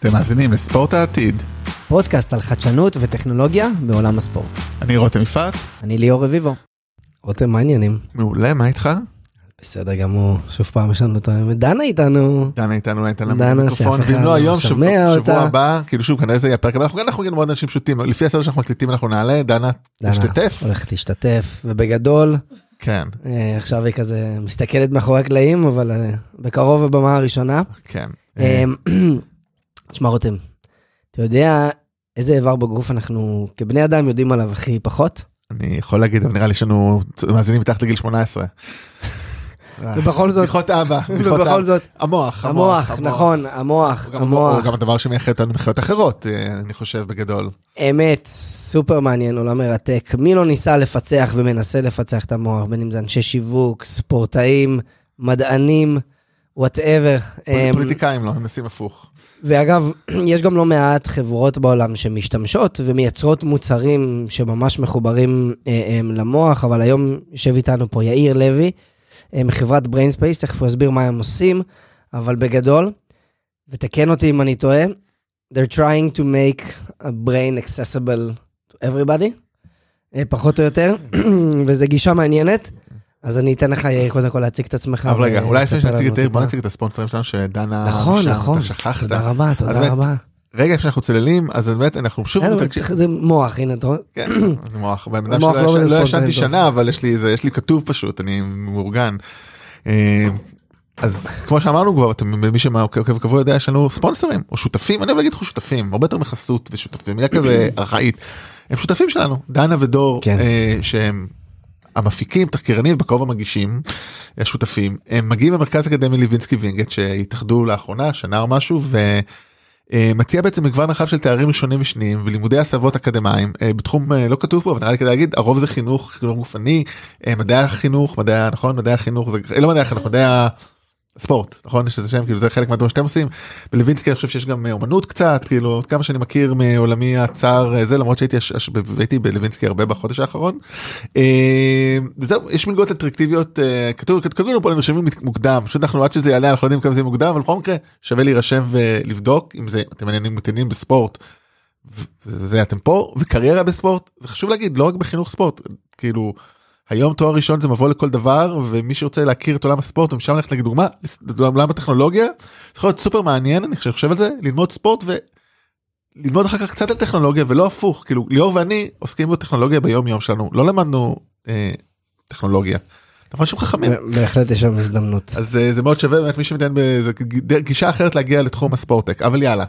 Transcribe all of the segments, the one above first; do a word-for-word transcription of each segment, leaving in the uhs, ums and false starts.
אתם מאזינים לספורט העתיד. פודקאסט על חדשנות וטכנולוגיה בעולם הספורט. אני רותם יפעת. אני ליאור רביבו. רותם, מה העניינים? מעולה, מה איתך? בסדר גמור, שוב פעם יש לנו אותו. דנה איתנו. דנה איתנו, איתנו דנה מיקרופון. ואם לא היום, שבוע הבא, כאילו שוב, כנראה זה יהיה פרק, אבל אנחנו גם נגיד מאוד אנשים פשוטים. לפי הסדר שאנחנו מקליטים, אנחנו נעלה, דנה תשתתף. דנה הולכת להשתתף, ובגדול. כן. עכשיו היא כזה מסתכלת מאחורי הקלעים, אבל בקרוב הבמה הראשונה. כן. שמע רותם, אתה יודע איזה איבר בגוף אנחנו כבני אדם יודעים עליו הכי פחות? אני יכול להגיד, אבל נראה לי שאנו מאזינים מתחת לגיל שמונה עשרה. ובכל זאת, בדיחות אבא, ובכל זאת, המוח, המוח, נכון, המוח, המוח. גם הדבר שמייחד אותנו מחיות אחרות, אני חושב בגדול. אמת, סופר מעניין, עולם מרתק. מי לא ניסה לפצח ומנסה לפצח את המוח, בין אם זה אנשי שיווק, ספורטאים, מדענים, whatever. פוליטיקאים לא, הם נשים הפוך. ואגב, יש גם לא מעט חברות בעולם שמשתמשות ומייצרות מוצרים שממש מחוברים למוח, אבל היום יושב איתנו פה יאיר לוי, מחברת BrainSpace, תכף הוא יסביר מה הם עושים, אבל בגדול, ותקן אותי אם אני טועה, they're trying to make a brain accessible to everybody, פחות או יותר, וזו גישה מעניינת, אז אני אתן לך יאיר קודם כל להציג את עצמך. אבל רגע, אולי לפני שנציג את יאיר, בוא נציג את הספונסרים שלנו שדנה, נכון, נכון, אתה שכחת. תודה רבה, תודה רבה. רגע, לפני שאנחנו צללים, אז באמת אנחנו שוב... זה מוח, הנה, אתה רואה? כן, מוח. לא ישנתי שנה, אבל יש לי כתוב פשוט, אני מאורגן. אז כמו שאמרנו כבר, מי שמעוקב קבוע יודע, יש לנו ספונסרים, או שותפים, אני אוהב להגיד לך שותפים, הרבה יותר מחסות ושותפים, מילה כזה ארכאית. הם שותפים שלנו, דנה ודור, שהם המפיקים, תחקירנים ובקרוב המגישים, השותפים, הם מגיעים במרכז אקדמי ליבינסקי וינגייט, שהתאחדו לאחרונה, שנה או משהו, ו... מציע בעצם מגוון רחב של תארים ראשונים ושניים ולימודי הסבות אקדמיים בתחום לא כתוב פה, אבל נראה לי כדי להגיד, הרוב זה חינוך, חינוך גופני, מדעי החינוך, מדעי, נכון, מדעי החינוך, זה לא מדעי החינוך, מדעי הספורט, נכון, שזה שם, כאילו זה חלק מהדברים שאתם עושים. בלווינסקי אני חושב שיש גם אומנות קצת, כאילו, כמה שאני מכיר מעולמי הצער, זה, למרות שהייתי הייתי בלווינסקי הרבה בחודש האחרון. וזהו, יש מלגות אטרקטיביות, כתוב לנו פה לנרשמים מוקדם, פשוט אנחנו עד שזה יעלה, אנחנו לא יודעים כמה זה מוקדם, אבל בכל מקרה שווה להירשם ולבדוק, אם זה, אתם מעניינים מתעניינים בספורט, וזה אתם פה, וקריירה בספורט, וחשוב להגיד, לא רק בחינוך ספורט, כאילו, היום תואר ראשון זה מבוא לכל דבר, ומי שרוצה להכיר את עולם הספורט, ומשם ללכת להגיד דוגמה, לעולם הטכנולוגיה, זה יכול להיות סופר מעניין, אני חושב על זה, ללמוד ספורט וללמוד אחר כך קצת על טכנולוגיה, ולא הפוך, כאילו, ליאור ואני עוסקים בטכנולוגיה ביום יום שלנו, לא למדנו אה, טכנולוגיה, אנחנו אנשים חכמים. בהחלט יש שם הזדמנות. אז אה, זה מאוד שווה, באמת מי שמתעניין בזה, גישה אחרת להגיע לתחום הספורטק, אבל יאללה.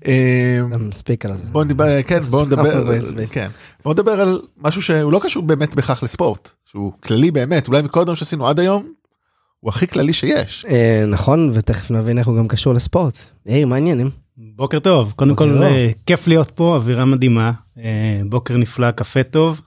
נספיק על זה. בואו נדבר, כן, בואו נדבר, כן. בואו נדבר על משהו שהוא לא קשור באמת בכך לספורט, שהוא כללי באמת, אולי מכל דבר שעשינו עד היום, הוא הכי כללי שיש. נכון, ותכף נבין איך הוא גם קשור לספורט. היי, מה העניינים? בוקר טוב, קודם כל כיף להיות פה, אווירה מדהימה, בוקר נפלא, קפה טוב,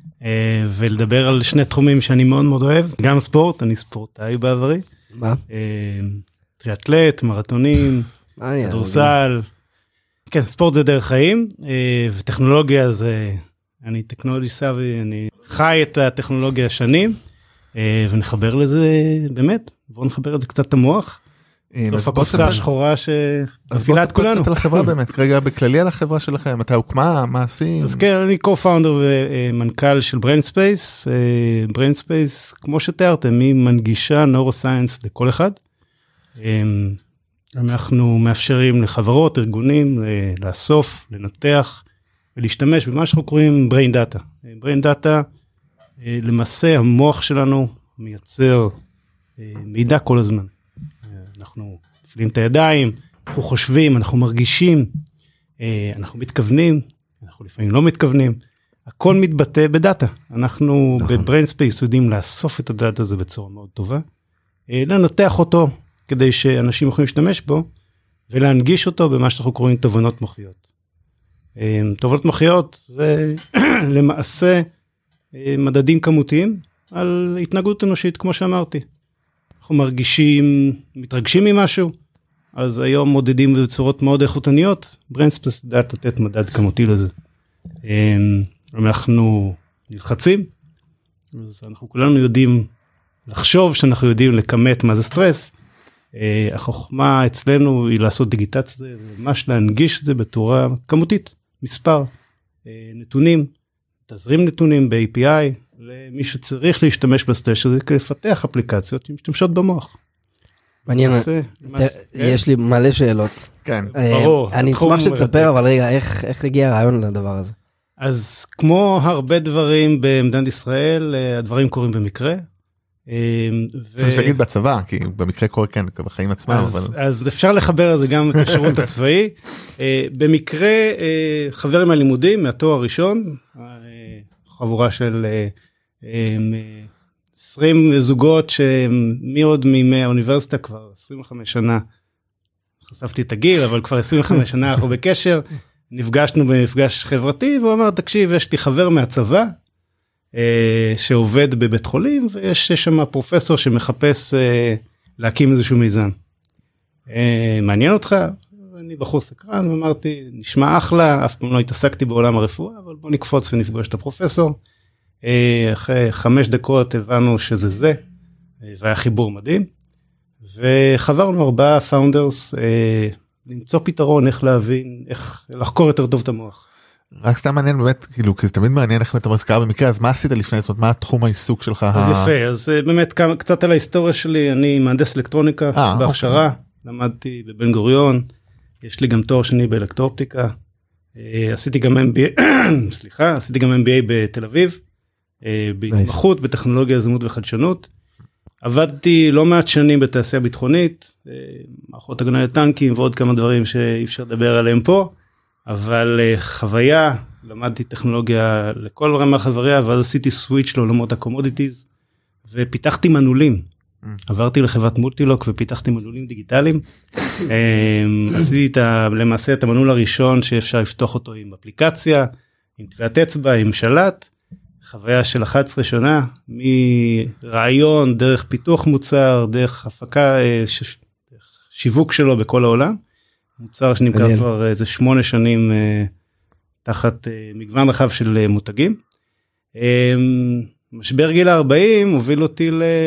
ולדבר על שני תחומים שאני מאוד מאוד אוהב, גם ספורט, אני ספורטאי בעברי. מה? טריאטלט, מרתונים, כדורסל. כן, ספורט זה דרך חיים, וטכנולוגיה זה, אני טכנולוגי סאבי, אני חי את הטכנולוגיה שנים, ונחבר לזה באמת, בואו נחבר לזה קצת את המוח, סוף הקופסה השחורה שמפעילה את כולנו. אז בואו תספר קצת על החברה באמת, כרגע בכללי על החברה שלכם, מתי הוקמה, מה עושים? אז כן, אני co-founder ומנכ"ל של BrainSpace, BrainSpace, כמו שתיארתם, היא מנגישה נוירוסיינס לכל אחד, אנחנו מאפשרים לחברות, ארגונים, לאסוף, לנתח ולהשתמש במה שאנחנו קוראים brain data. brain data, למעשה המוח שלנו מייצר מידע כל הזמן. אנחנו מפעילים את הידיים, אנחנו חושבים, אנחנו מרגישים, אנחנו מתכוונים, אנחנו לפעמים לא מתכוונים, הכל מתבטא בדאטה. אנחנו ב-BrainSpace יודעים לאסוף את הדאטה הזה בצורה מאוד טובה, לנתח אותו, כדי שאנשים יכולים להשתמש בו, ולהנגיש אותו במה שאנחנו קוראים תובנות מוחיות. תובנות מוחיות זה למעשה מדדים כמותיים על התנהגות אנושית, כמו שאמרתי. אנחנו מרגישים, מתרגשים ממשהו, אז היום מודדים בצורות מאוד איכותניות, BrainSpace יודעת לתת מדד כמותי לזה. אנחנו נלחצים, אז אנחנו כולנו יודעים לחשוב שאנחנו יודעים לכמת מה זה סטרס, החוכמה אצלנו היא לעשות דיגיטציה, ממש להנגיש את זה בתורה כמותית, מספר, נתונים, תזרים נתונים ב-איי פי איי, למי שצריך להשתמש בסטש הזה, כפתח אפליקציות שמשתמשות במוח. מעניין, יש לי מלא שאלות. כן, ברור. אני אשמח שתספר, אבל רגע, איך הגיע הרעיון לדבר הזה? אז כמו הרבה דברים במדינת ישראל, הדברים קורים במקרה. צריך להגיד בצבא, כי במקרה קורה כן, בחיים עצמם. אז אפשר לחבר על זה גם את השירות הצבאי. במקרה, חבר מהלימודים, מהתואר הראשון, חבורה של עשרים זוגות שמי עוד מימי האוניברסיטה כבר עשרים וחמש שנה, חשפתי את הגיל, אבל כבר עשרים וחמש שנה אנחנו בקשר, נפגשנו במפגש חברתי, והוא אמר, תקשיב, יש לי חבר מהצבא, שעובד בבית חולים, ויש שם פרופסור שמחפש להקים איזשהו מיזם. מעניין אותך? אני בחור סקרן, ואמרתי, נשמע אחלה, אף פעם לא התעסקתי בעולם הרפואה, אבל בוא נקפוץ ונפגוש את הפרופסור. אחרי חמש דקות הבנו שזה זה, והיה חיבור מדהים, וחברנו ארבעה פאונדרס, למצוא פתרון, איך להבין, איך לחקור יותר טוב את המוח. רק סתם מעניין באמת, כאילו, כי זה תמיד מעניין איך אתה מזכר במקרה, אז מה עשית לפני? זאת אומרת, מה התחום העיסוק שלך? אז יפה, אז באמת קצת על ההיסטוריה שלי, אני מהנדס אלקטרוניקה בהכשרה, למדתי בבן גוריון, יש לי גם תואר שני באלקטרופטיקה, עשיתי גם אם בי איי, סליחה, עשיתי גם אם בי איי בתל אביב, בהתמחות, בטכנולוגיה, יזמות וחדשנות, עבדתי לא מעט שנים בתעשייה ביטחונית, מערכות הגנה לטנקים ועוד כמה דברים שאי אפשר לדבר עליהם פה, אבל חוויה, למדתי טכנולוגיה לכל רמה חוויה, ואז עשיתי סוויץ' לעולמות הקומודיטיז, ופיתחתי מנעולים. עברתי לחברת מולטילוק ופיתחתי מנעולים דיגיטליים. עשיתי למעשה את המנעול הראשון שאפשר לפתוח אותו עם אפליקציה, עם טביעת אצבע, עם שלט, חוויה של אחת עשרה שנה, מרעיון, דרך פיתוח מוצר, דרך הפקה, שיווק שלו בכל העולם. מוצר שנמכר כבר איזה שמונה שנים תחת מגוון רחב של מותגים. משבר גיל ה-ארבעים הוביל אותי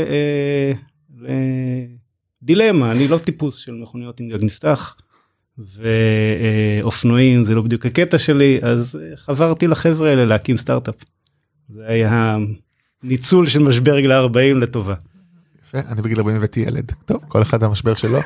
לדילמה, אני לא טיפוס של מכוניות עם גג נפתח, ואופנועים זה לא בדיוק הקטע שלי, אז חברתי לחבר'ה האלה להקים סטארט-אפ. זה היה ניצול של משבר גיל ה-ארבעים לטובה. יפה, אני בגיל ארבעים הבאתי ילד. טוב, כל אחד המשבר שלו.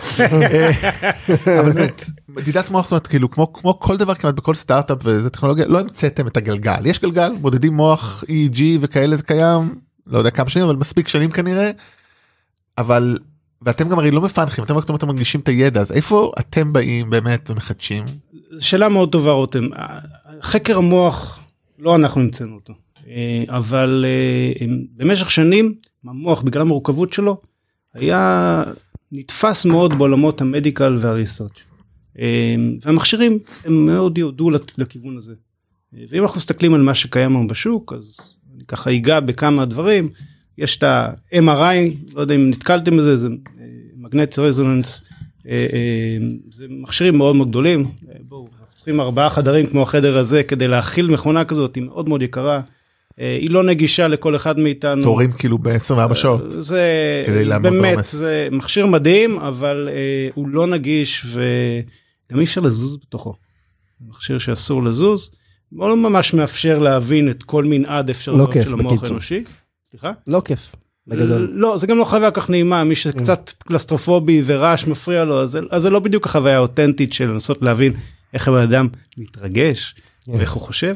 אבל באמת, מדידת מוח, זאת אומרת, כאילו, כמו, כמו כל דבר כמעט בכל סטארט-אפ וזה טכנולוגיה, לא המצאתם את הגלגל. יש גלגל, מודדים מוח, אי אי ג'י וכאלה, זה קיים, לא יודע כמה שנים, אבל מספיק שנים כנראה. אבל, ואתם גם הרי לא מפענחים, אתם רק אתם מנגישים את הידע, אז איפה אתם באים באמת ומחדשים? שאלה מאוד טובה, רותם. חקר המוח, לא אנחנו נמצאנו אותו. אבל במשך שנים, המוח בגלל המורכבות שלו, היה נתפס מאוד בעולמות המדיקל והריסרצ'. והמכשירים הם מאוד יעודו לכיוון הזה. ואם אנחנו מסתכלים על מה שקיים היום בשוק, אז אני ככה אגע בכמה דברים. יש את ה-אם אר איי, לא יודע אם נתקלתם בזה, זה מגנט רזוננס, זה מכשירים מאוד מאוד גדולים. בואו, אנחנו צריכים ארבעה חדרים כמו החדר הזה, כדי להכיל מכונה כזאת, היא מאוד מאוד יקרה. היא לא נגישה לכל אחד מאיתנו. תורים כאילו ב-עשרים וארבע שעות. זה באמת, זה מכשיר מדהים, אבל הוא לא נגיש, וגם אי אפשר לזוז בתוכו. מכשיר שאסור לזוז, לא ממש מאפשר להבין את כל מנעד אפשרויות של המוח האנושי. סליחה? לא כיף, בגדול. לא, זה גם לא חוויה כך נעימה, מי שקצת קלסטרופובי ורעש מפריע לו, אז זה לא בדיוק החוויה האותנטית של לנסות להבין איך האדם מתרגש, ואיך הוא חושב.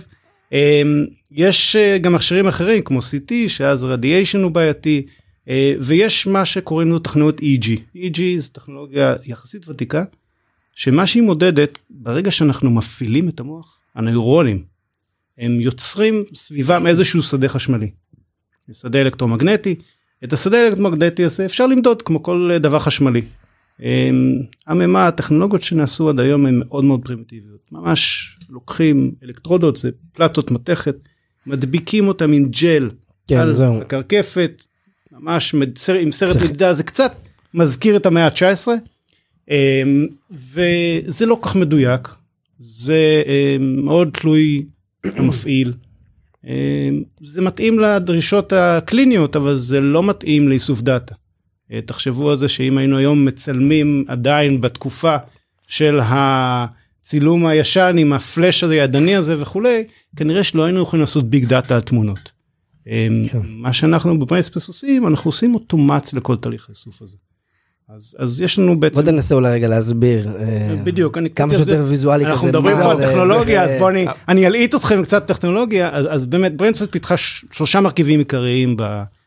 יש גם מכשירים אחרים כמו סי טי, שאז רדיאשן הוא בעייתי, ויש מה שקוראים לו טכנולוגיות אי אי ג'י. אי אי ג'י זו טכנולוגיה יחסית ותיקה, שמה שהיא מודדת, ברגע שאנחנו מפעילים את המוח, הנוירונים, הם יוצרים סביבם איזשהו שדה חשמלי. שדה אלקטרומגנטי. את השדה האלקטרומגנטי הזה אפשר למדוד כמו כל דבר חשמלי. הממה, הטכנולוגיות שנעשו עד היום הן מאוד מאוד פרימיטיביות. ממש לוקחים אלקטרודות, זה פלטות מתכת, מדביקים אותם עם ג'ל, כן, על זהו. הקרקפת, ממש עם סרט מדידה, זה קצת מזכיר את המאה ה-תשע עשרה, וזה לא כך מדויק, זה מאוד תלוי המפעיל, זה מתאים לדרישות הקליניות, אבל זה לא מתאים לאיסוף דאטה. תחשבו על זה שאם היינו היום מצלמים עדיין בתקופה של הצילום הישן עם הפלש הזה, הידני הזה וכולי, כנראה שלא היינו יכולים לעשות ביג דאטה על תמונות. מה שאנחנו בבריינספייס עושים, אנחנו עושים אוטומציה לכל תהליך האיסוף הזה. אז, אז יש לנו בעצם... בוא ננסה אולי רגע להסביר. בדיוק. כמה שיותר ויזואלי כזה. אנחנו מדברים פה על טכנולוגיה, אז בואו אני, אני אלעיט אתכם קצת טכנולוגיה, אז, אז באמת בריינספייס פיתחה שלושה מרכיבים עיקריים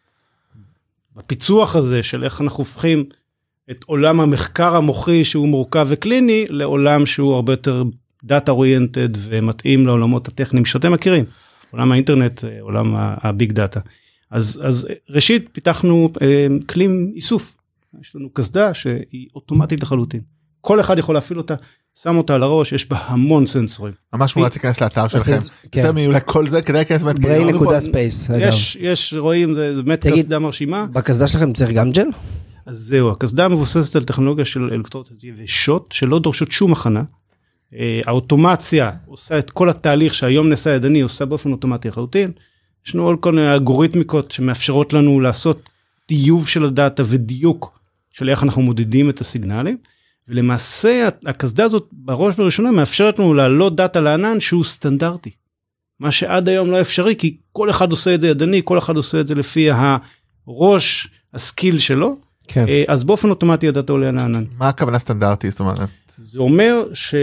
בפיצוח הזה, של איך אנחנו הופכים את עולם המחקר המוחי, שהוא מורכב וקליני, לעולם שהוא הרבה יותר דאטה אוריינטד, ומתאים לעולמות הטכניים שאתם מכירים. עולם האינטרנט, עולם הביג דאטה. אז, אז ראשית פיתחנו כלים איסוף. יש לנו כסדה שהיא אוטומטית לחלוטין. כל אחד יכול להפעיל אותה, שם אותה על הראש, יש בה המון סנסורים. ממש מומלץ להיכנס לאתר שלכם. יותר מאולי כל זה, כדאי להיכנס באמת. בריין נקודה ספייס. יש, רואים, זה באמת כסדה מרשימה. בכסדה שלכם צריך גם ג'ל? אז זהו, הכסדה מבוססת על טכנולוגיה של אלקטרודות יבשות, שלא דורשות שום הכנה. האוטומציה עושה את כל התהליך שהיום נעשה ידני, עושה באופן אוטומטי לחלוטין. יש לנו עוד כל מיני אלגוריתמיקות שמאפשרות לנו לעשות טיוב של הדאטה ודיוק של איך אנחנו מודדים את הסיגנלים, ולמעשה הכסדה הזאת בראש בראשונה מאפשרת לנו לעלות דאטה לענן שהוא סטנדרטי. מה שעד היום לא אפשרי, כי כל אחד עושה את זה ידני, כל אחד עושה את זה לפי הראש, הסקיל שלו, כן. אז באופן אוטומטי הדאטה עולה לענן. מה הכוונה סטנדרטי? זאת אומרת? זה אומר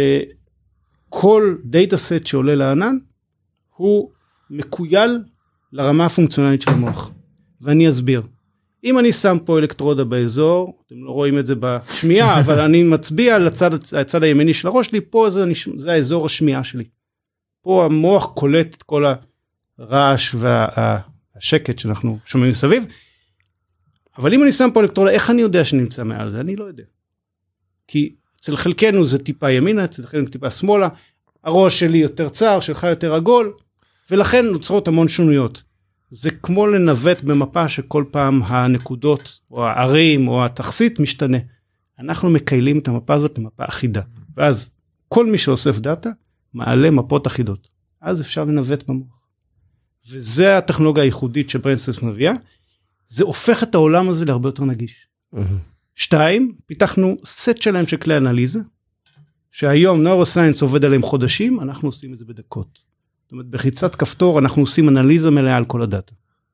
שכל דאטה סט שעולה לענן, הוא מקוייל לרמה הפונקציונלית של המוח. ואני אסביר. אם אני שם פה אלקטרודה באזור, אתם לא רואים את זה בשמיעה, אבל אני מצביע על הצד, הצד הימני של הראש שלי, פה זה, זה האזור השמיעה שלי. פה המוח קולט את כל הרעש והשקט שאנחנו שומעים מסביב, אבל אם אני שם פה אלקטרודה, איך אני יודע שנמצא מעל זה? אני לא יודע. כי אצל חלקנו זה טיפה ימינה, אצל חלקנו טיפה שמאלה, הראש שלי יותר צר, שלך יותר עגול, ולכן נוצרות המון שונויות. זה כמו לנווט במפה שכל פעם הנקודות, או הערים, או התכסית משתנה. אנחנו מקיילים את המפה הזאת למפה אחידה. ואז כל מי שאוסף דאטה, מעלה מפות אחידות. אז אפשר לנווט במוח. וזה הטכנולוגיה הייחודית שבריינספייס מביאה. זה הופך את העולם הזה להרבה יותר נגיש. שתיים, פיתחנו סט שלהם של כלי אנליזה, שהיום נוירוסיינס עובד עליהם חודשים, אנחנו עושים את זה בדקות. זאת אומרת, בחיצת כפתור אנחנו עושים אנליזה מלאה על כל הדאטה.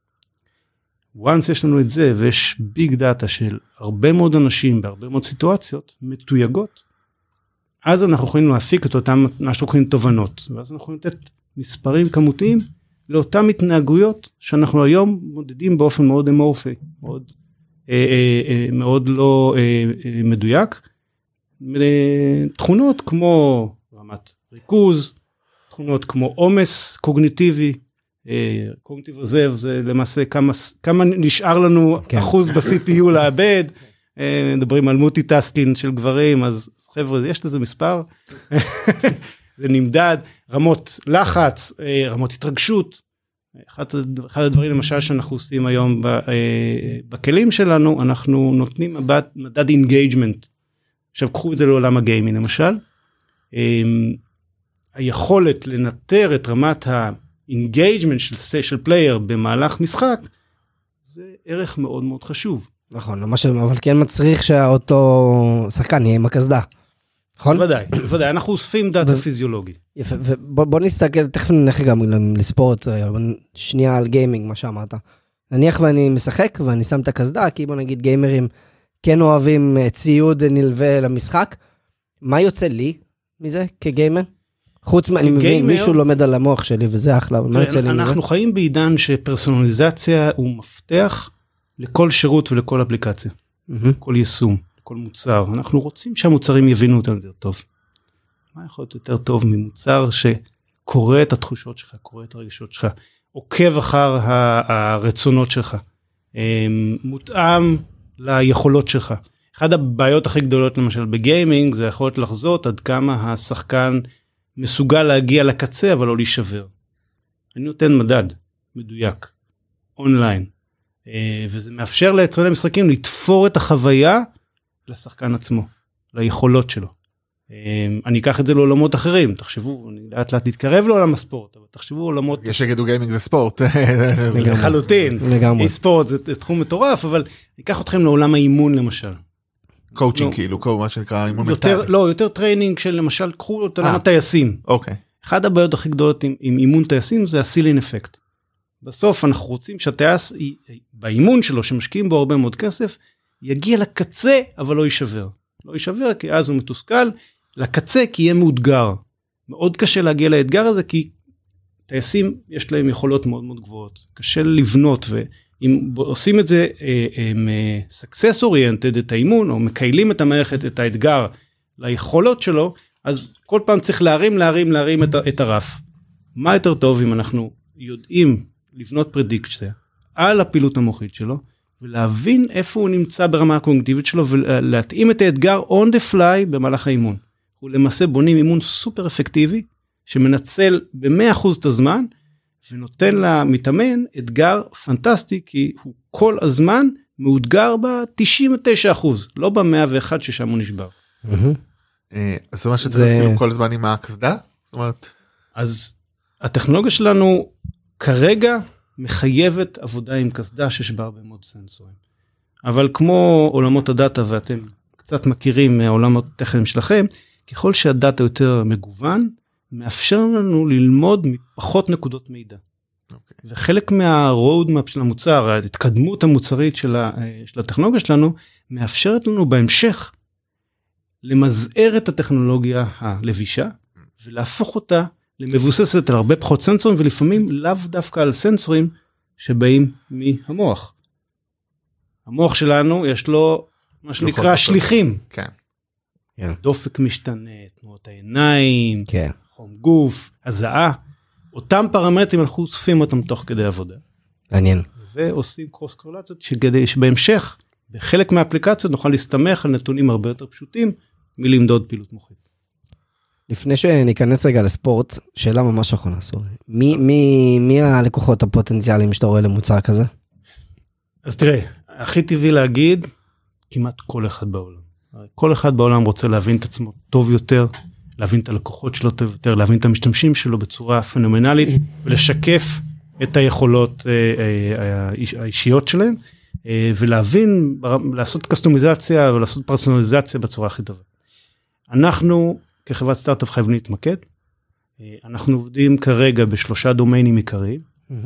once יש לנו את זה, ויש ביג דאטה של הרבה מאוד אנשים, בהרבה מאוד סיטואציות, מתויגות, אז אנחנו יכולים להפיק את אותם, מה שאנחנו יכולים תובנות, ואז אנחנו יכולים לתת מספרים כמותיים, לאותם התנהגויות, שאנחנו היום מודדים באופן מאוד אמורפי, מאוד, אה, אה, אה, מאוד לא אה, אה, מדויק, תכונות כמו רמת ריכוז, תכונות כמו עומס קוגניטיבי, קוגניטיב עוזב, זה למעשה כמה, כמה נשאר לנו כן. אחוז ב-סי פי יו לאבד, מדברים על מולטיטאסקינג של גברים, אז חבר'ה, יש לזה מספר, זה נמדד, רמות לחץ, רמות התרגשות, אחד, אחד הדברים למשל שאנחנו עושים היום בכלים שלנו, אנחנו נותנים מדד, מדד אינגייג'מנט, עכשיו קחו את זה לעולם הגיימינג למשל, היכולת לנטר את רמת ה-engagement של, של פלייר במהלך משחק, זה ערך מאוד מאוד חשוב. נכון, אבל כן מצריך שהאותו שחקן יהיה עם הכסדה. נכון? בוודאי, בוודאי, אנחנו אוספים דאטה פיזיולוגי. יפה, ובוא נסתכל, תכף נלך גם לספורט, שנייה על גיימינג, מה שאמרת. נניח ואני משחק ואני שם את הכסדה, כי בוא נגיד גיימרים כן אוהבים ציוד נלווה למשחק, מה יוצא לי מזה כגיימר? חוץ מה, אני מבין, מישהו לומד על המוח שלי, וזה אחלה, אבל מה יוצא לי מזה? אנחנו חיים בעידן שפרסונליזציה הוא מפתח לכל שירות ולכל אפליקציה, כל יישום, כל מוצר. אנחנו רוצים שהמוצרים יבינו אותנו יותר טוב. מה יכול להיות יותר טוב ממוצר שקורא את התחושות שלך, קורא את הרגשות שלך, עוקב אחר הרצונות שלך, מותאם ליכולות שלך. אחד הבעיות הכי גדולות למשל בגיימינג, זה יכולת לחזות עד כמה השחקן מסוגל להגיע לקצה, אבל לא להישבר. אני נותן מדד מדויק, אונליין, וזה מאפשר ליצרני המשחקים לתפור את החוויה לשחקן עצמו, ליכולות שלו. אני אקח את זה לעולמות אחרים, תחשבו, אני לאט לאט נתקרב לעולם הספורט, אבל תחשבו עולמות... יש שיגידו גיימינג זה ספורט. לחלוטין, אי ספורט זה תחום מטורף, אבל אני אקח אתכם לעולם האימון למשל. קואוצ'ינג כאילו, מה שנקרא אימון מנטלי. לא, יותר טריינינג של למשל, קחו את עולם הטייסים. אוקיי. אחד הבעיות הכי גדולות עם אימון טייסים זה הסילין אפקט. בסוף אנחנו רוצים שהטייס, באימון שלו, שמשקיעים בו הרבה מאוד כסף, יגיע לקצה, אבל לא יישבר. לא יישבר, כי אז הוא מתוסכל, לקצה, כי יהיה מאותגר. מאוד קשה להגיע לאתגר הזה, כי טייסים יש להם יכולות מאוד מאוד גבוהות. קשה לבנות, ואם עושים את זה, הם success oriented, את האימון, או מקיילים את המערכת, את האתגר, ליכולות שלו, אז כל פעם צריך להרים, להרים, להרים את, את הרף. מה יותר טוב אם אנחנו יודעים לבנות פרדיקציה על הפעילות המוחית שלו, ולהבין איפה הוא נמצא ברמה הקוגניטיבית שלו, ולהתאים את האתגר on the fly במהלך האימון. הוא למעשה בונים אימון סופר אפקטיבי, שמנצל ב-מאה אחוז את הזמן, ונותן למתאמן אתגר פנטסטי, כי הוא כל הזמן מאותגר ב-תשעים ותשעה אחוז, לא ב-מאה ואחת ששם הוא נשבר. אז זה מה שצריך כל הזמן עם הקסדה? זאת אומרת... אז הטכנולוגיה שלנו כרגע מחייבת עבודה עם קסדה שיש בה הרבה מאוד סנסורים. אבל כמו עולמות הדאטה, ואתם קצת מכירים מהעולמות הטכניים שלכם, ככל שהדאטה יותר מגוון, מאפשר לנו ללמוד מפחות נקודות מידע. Okay. וחלק מהרודמאפ של המוצר, ההתקדמות המוצרית של, ה, של הטכנולוגיה שלנו, מאפשרת לנו בהמשך למזער את הטכנולוגיה הלבישה, ולהפוך אותה למבוססת על הרבה פחות סנסורים, ולפעמים לאו דווקא על סנסורים שבאים מהמוח. המוח שלנו יש לו מה שנקרא שליחים. כן. דופק משתנה, תנועות העיניים, כן. חום גוף, הזעה. אותם פרמטרים אנחנו אוספים אותם תוך כדי עבודה. מעניין. ועושים קרוס קורלציות שכדי שבהמשך, בחלק מהאפליקציות נוכל להסתמך על נתונים הרבה יותר פשוטים, מלמדוד פעילות מוחית. לפני שניכנס רגע לספורט, שאלה ממש אחרונה, סורי. מי, מי, מי הלקוחות הפוטנציאליים שאתה רואה למוצר כזה? אז תראה, הכי טבעי להגיד, כמעט כל אחד בעולם. כל אחד בעולם רוצה להבין את עצמו טוב יותר, להבין את הלקוחות שלו טוב יותר, להבין את המשתמשים שלו בצורה פנומנלית, ולשקף את היכולות האישיות שלהם, ולהבין, לעשות קסטומיזציה ולעשות פרסונליזציה בצורה הכי טובה. אנחנו כחברת סטארט-אפ חייבים להתמקד, אנחנו עובדים כרגע בשלושה דומיינים עיקריים,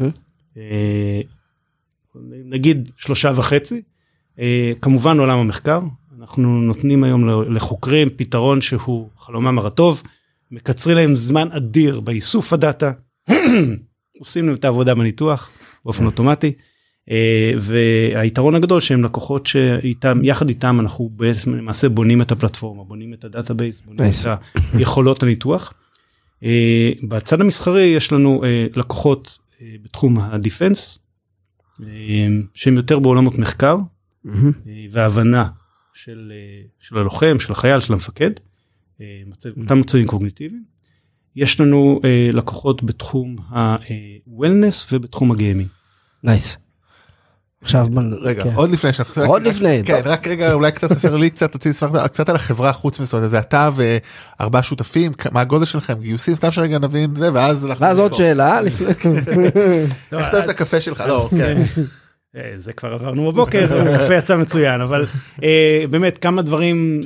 נגיד שלושה וחצי, כמובן עולם המחקר, אנחנו נותנים היום לחוקרים פתרון שהוא חלומם הרטוב, מקצרים להם זמן אדיר באיסוף הדאטה, עושים להם את העבודה בניתוח באופן אוטומטי, והיתרון הגדול שהם לקוחות שיחד איתם אנחנו בעצם למעשה בונים את הפלטפורמה, בונים את הדאטאבייס, בונים את היכולות הניתוח. בצד המסחרי יש לנו לקוחות בתחום הדיפנס, שהם יותר בעולמות מחקר, והבנה של, של הלוחם, של החייל, של המפקד, מצב, אותם מצבים קוגניטיביים. יש לנו לקוחות בתחום ה-wellness ובתחום הגיימינג. נייס. עכשיו, רגע, עוד לפני שאנחנו... עוד לפני. כן, רק רגע, אולי קצת חסר לי קצת, קצת על החברה חוץ מסוים, זה אתה וארבעה שותפים, מה הגודל שלכם, גיוסים, סתם שרגע נבין זה, ואז... ואז עוד שאלה, לפני... איך אתה אוהב את הקפה שלך? לא, כן. זה כבר עברנו בבוקר, הקפה יצא מצוין, אבל באמת כמה דברים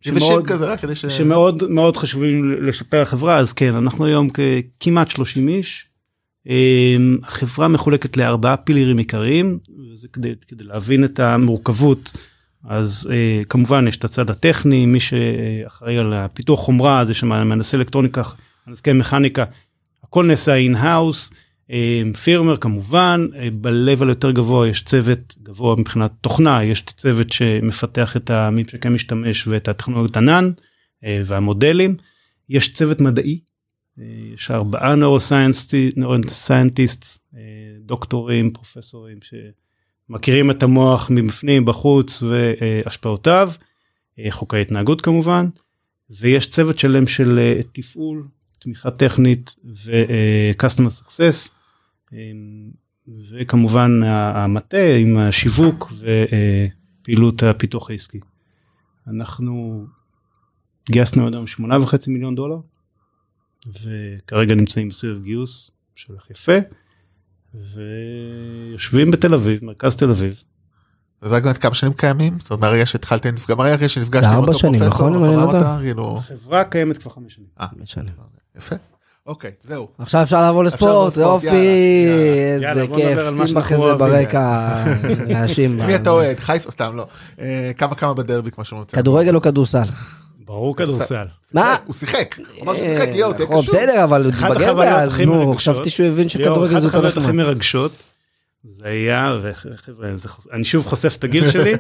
שמאוד מאוד חשובים לשפר החברה, אז כן, אנחנו היום כמעט שלושים איש, החברה מחולקת לארבעה פילרים עיקריים, וזה כדי, כדי להבין את המורכבות, אז כמובן יש את הצד הטכני, מי שאחראי על הפיתוח חומרה, זה שמנסה אלקטרוניקה, מנסה מכניקה, הכל נעשה אין-האוס, פירמר כמובן, בלבל יותר גבוה יש צוות גבוה מבחינת תוכנה, יש צוות שמפתח את הממשקי משתמש ואת הטכנולוגיות ענן והמודלים, יש צוות מדעי, יש ארבעה נורוסיינטיסטס, דוקטורים, פרופסורים שמכירים את המוח מבפנים, בחוץ והשפעותיו, חוקי התנהגות כמובן, ויש צוות שלם של תפעול, תמיכה טכנית ו-customer success, וכמובן המטה עם השיווק ופעילות הפיתוח העסקי. אנחנו גייסנו היום שמונה וחצי מיליון דולר, וכרגע נמצאים בסבב גיוס שהולך יפה, ויושבים בתל אביב, מרכז תל אביב. וזה רק באמת כמה שנים קיימים? זאת אומרת, מהרגע שהתחלתי, גם הרגע שנפגשתי עם אותו שנים, פרופסור, נכון, החברה קיימת כבר חמש שנים. אה, יפה. אוקיי, זהו. עכשיו אפשר לעבור לספורט, יופי, איזה כיף, שים אחרי זה ברקע, אנשים. מי אתה אוהד? חיפה, סתם, לא. כמה כמה בדרבי, כמו שאומרים. כדורגל או כדורסל? ברור כדורסל. מה? הוא שיחק, הוא אמר שהוא שיחק, ליאור, תהיה קשור. בסדר, אבל הוא התבגר מאז, נו, חשבתי שהוא הבין שכדורגל זאת אחת החוויות הכי מרגשות, זה היה, וחבר'ה, אני שוב חושף את הגיל שלי,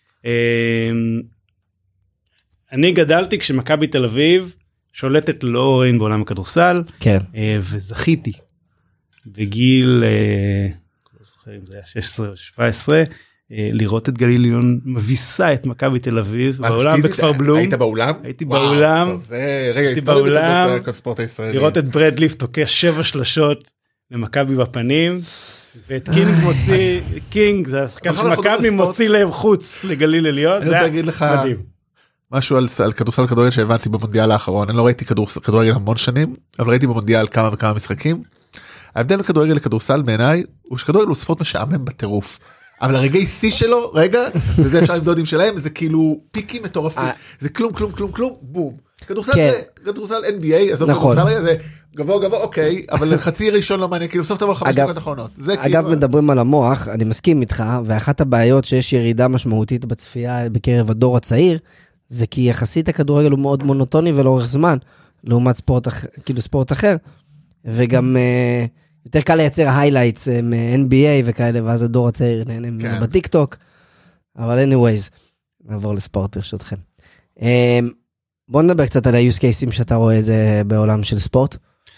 אני גדלתי כשמכבי תל אביב, שולטת לא עורין בעולם הכדורסל, כן. וזכיתי בגיל, לא זוכר אם זה היה שש עשרה או שבע עשרה, לראות את גליל עליון מביסה את מכבי תל אביב, בעולם בכפר בלום. היית באולם? הייתי באולם. זה רגע היסטורי בתולדות הספורט הישראלי. לראות את ברדליף תוקע שבע שלשות למכבי בפנים, ואת קינג מוציא, קינג זה השחקן שמכבי מוציא להם חוץ לגליל עליון. אני רוצה להגיד לך משהו על כדורסל וכדורגל שהבנתי במונדיאל האחרון. אני לא ראיתי כדורגל המון שנים, אבל ראיתי במונדיאל כמה וכמה משחקים. ההבדל בין כדורגל לכדורסל בעיניי, הוא שכדורגל הוא ספורט משעמם בטירוף. אבל הרגעי שיא שלו, רגע, וזה אפשר למדוד עם שלהם, זה כאילו פיקים מטורפים. זה כלום, כלום, כלום, כלום, בום. כדורסל זה, כדורסל אן בי איי, עזוב כדורסל זה גבוה גבוה, אוקיי, אבל חצי ראשון לא מעניין, כאילו בסוף תבוא לחמש דקות אחרונות. אגב, מדברים על המוח, אני מסכים איתך, ואחת הבעיות שיש ירידה משמעותית בצפייה בקרב הדור הצעיר, זה כי יחסית הכדורגל הוא מאוד מונוטוני ולאורך זמן, לעומת ספורט, כאילו ספורט אחר, וגם יותר קל לייצר היילייטס מ-אן בי איי וכאלה, ואז הדור הצעיר נהנה ממנו בטיק טוק, אבל anyways, נעבור לספורט ברשותכם. בוא נדבר קצת על ה-use cases שאתה רואה את זה בעולם של ספורט.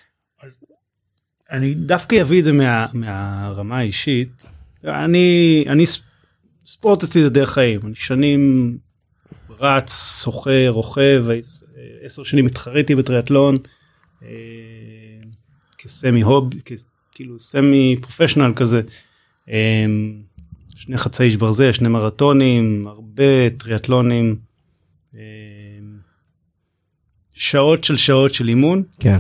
אני דווקא אביא את זה מה, מהרמה האישית. אני, אני ספורט אצלי זה דרך חיים. אני שנים רץ, שוחה, רוכב, עשר שנים התחריתי בטריאטלון, כסמי הוב, כאילו סמי פרופשנל כזה. שני חצי איש ברזל, שני מרתונים, הרבה טריאטלונים, שעות של שעות של אימון. כן.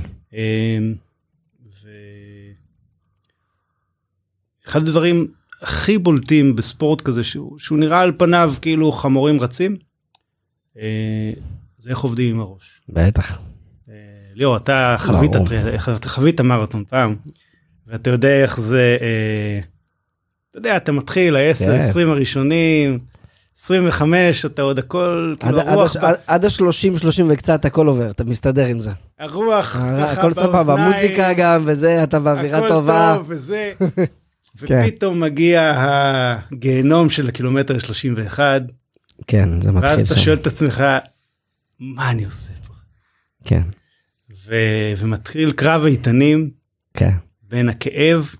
אחד הדברים הכי בולטים בספורט כזה, שהוא, שהוא נראה על פניו כאילו חמורים רצים, זה איך עובדים עם הראש. בטח. ליאור, אתה חווית, אתה חווית מרתון פעם, ואתה יודע איך זה, אתה יודע, אתה מתחיל, ה-עשר, עשרים הראשונים, עשרים וחמש, אתה עוד הכל, כאילו הרוח... עד ה-שלושים, שלושים וקצת, הכל עובר, אתה מסתדר עם זה. הרוח, הכל סבבה, המוזיקה גם, וזה, אתה באווירה טובה. הכל טוב, וזה. ופתאום מגיע הגיהנום של הקילומטר שלושים ואחת. כן, זה מתחיל שם. ואז אתה שואל את עצמך, מה אני עושה פה? כן. ומתחיל קרב איתנים, כן. בין הכאב,